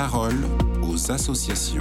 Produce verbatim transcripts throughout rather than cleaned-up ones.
parole aux associations.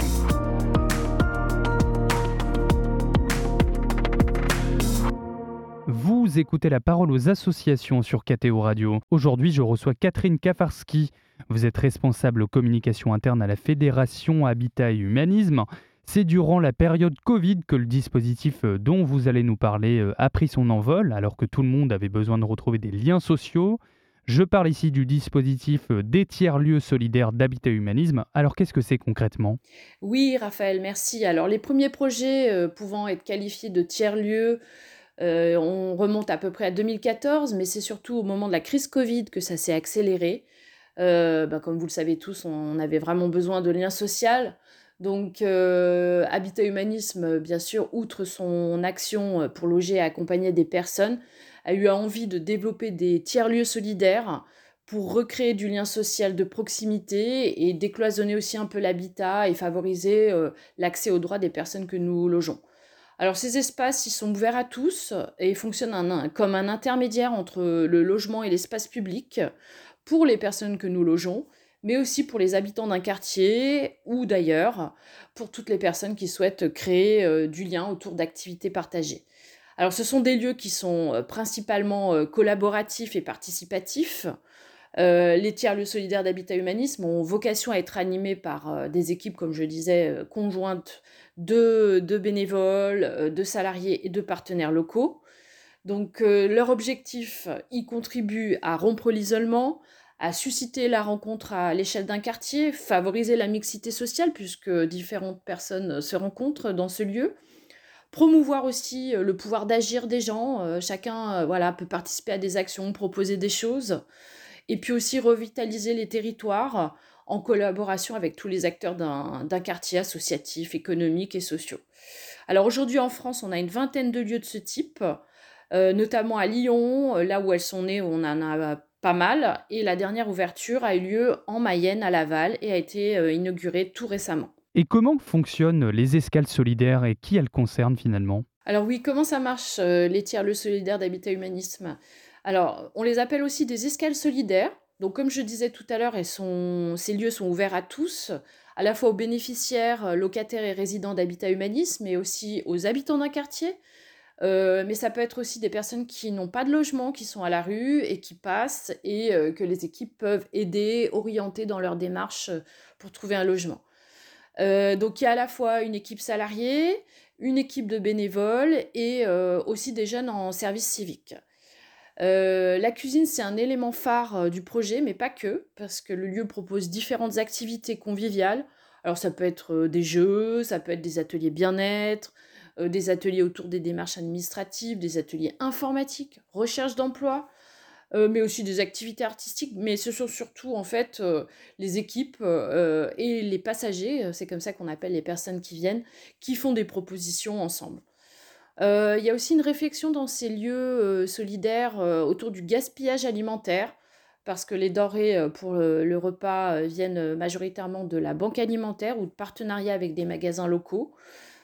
Vous écoutez la parole aux associations sur K T O Radio. Aujourd'hui, je reçois Catherine Kafarski. Vous êtes responsable communication interne à la Fédération Habitat et Humanisme. C'est durant la période Covid que le dispositif dont vous allez nous parler a pris son envol, alors que tout le monde avait besoin de retrouver des liens sociaux. Je parle ici du dispositif des tiers-lieux solidaires d'Habitat et Humanisme. Alors qu'est-ce que c'est concrètement ? Oui, Raphaël, merci. Alors les premiers projets euh, pouvant être qualifiés de tiers-lieux, euh, on remonte à peu près à deux mille quatorze, mais c'est surtout au moment de la crise Covid que ça s'est accéléré. Euh, ben, comme vous le savez tous, on avait vraiment besoin de liens sociaux. Donc, euh, Habitat Humanisme, bien sûr, outre son action pour loger et accompagner des personnes, a eu envie de développer des tiers-lieux solidaires pour recréer du lien social de proximité et décloisonner aussi un peu l'habitat et favoriser euh, l'accès aux droits des personnes que nous logeons. Alors, ces espaces, ils sont ouverts à tous et fonctionnent un, comme un intermédiaire entre le logement et l'espace public pour les personnes que nous logeons, mais aussi pour les habitants d'un quartier ou d'ailleurs, pour toutes les personnes qui souhaitent créer euh, du lien autour d'activités partagées. Alors ce sont des lieux qui sont euh, principalement euh, collaboratifs et participatifs. Euh, les tiers-lieux solidaires d'habitat humanisme ont vocation à être animés par euh, des équipes, comme je disais, euh, conjointes de, de bénévoles, euh, de salariés et de partenaires locaux. Donc euh, leur objectif y contribue à rompre l'isolement, à susciter la rencontre à l'échelle d'un quartier, favoriser la mixité sociale puisque différentes personnes se rencontrent dans ce lieu, promouvoir aussi le pouvoir d'agir des gens, chacun voilà, peut participer à des actions, proposer des choses, et puis aussi revitaliser les territoires en collaboration avec tous les acteurs d'un, d'un quartier associatif, économique et sociaux. Alors aujourd'hui en France, on a une vingtaine de lieux de ce type, euh, notamment à Lyon, là où elles sont nées, on en a pas mal, et la dernière ouverture a eu lieu en Mayenne, à Laval, et a été euh, inaugurée tout récemment. Et comment fonctionnent les escales solidaires et qui elles concernent finalement ? Alors oui, comment ça marche, euh, les tiers-lieux solidaires d'habitat humanisme ? Alors, on les appelle aussi des escales solidaires. Donc, comme je disais tout à l'heure, elles sont, ces lieux sont ouverts à tous, à la fois aux bénéficiaires, locataires et résidents d'habitat humanisme, mais aussi aux habitants d'un quartier. Euh, mais ça peut être aussi des personnes qui n'ont pas de logement, qui sont à la rue et qui passent et euh, que les équipes peuvent aider, orienter dans leur démarche pour trouver un logement. Euh, donc il y a à la fois une équipe salariée, une équipe de bénévoles et euh, aussi des jeunes en service civique. Euh, la cuisine, c'est un élément phare euh, du projet, mais pas que, parce que le lieu propose différentes activités conviviales. Alors ça peut être euh, des jeux, ça peut être des ateliers bien-être, euh, des ateliers autour des démarches administratives, des ateliers informatiques, recherche d'emploi, euh, mais aussi des activités artistiques. Mais ce sont surtout en fait euh, les équipes euh, et les passagers, c'est comme ça qu'on appelle les personnes qui viennent, qui font des propositions ensemble. Euh, il y a aussi une réflexion dans ces lieux euh, solidaires euh, autour du gaspillage alimentaire, parce que les denrées euh, pour le, le repas euh, viennent majoritairement de la banque alimentaire ou de partenariats avec des magasins locaux.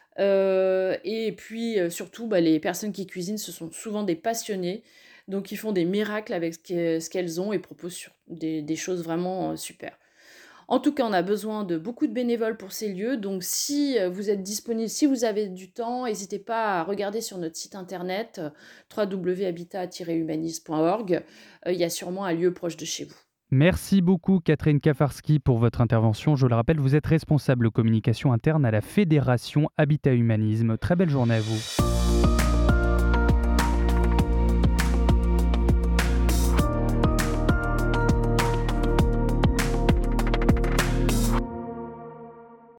Euh, et puis euh, surtout, bah, les personnes qui cuisinent, ce sont souvent des passionnés, donc ils font des miracles avec ce, que, ce qu'elles ont et proposent sur des, des choses vraiment euh, super. En tout cas, on a besoin de beaucoup de bénévoles pour ces lieux, donc si vous êtes disponible, si vous avez du temps, n'hésitez pas à regarder sur notre site internet w w w point habitat tiret humanisme point org, il y a sûrement un lieu proche de chez vous. Merci beaucoup Catherine Kafarski pour votre intervention. Je le rappelle, vous êtes responsable communication interne à la Fédération Habitat Humanisme. Très belle journée à vous.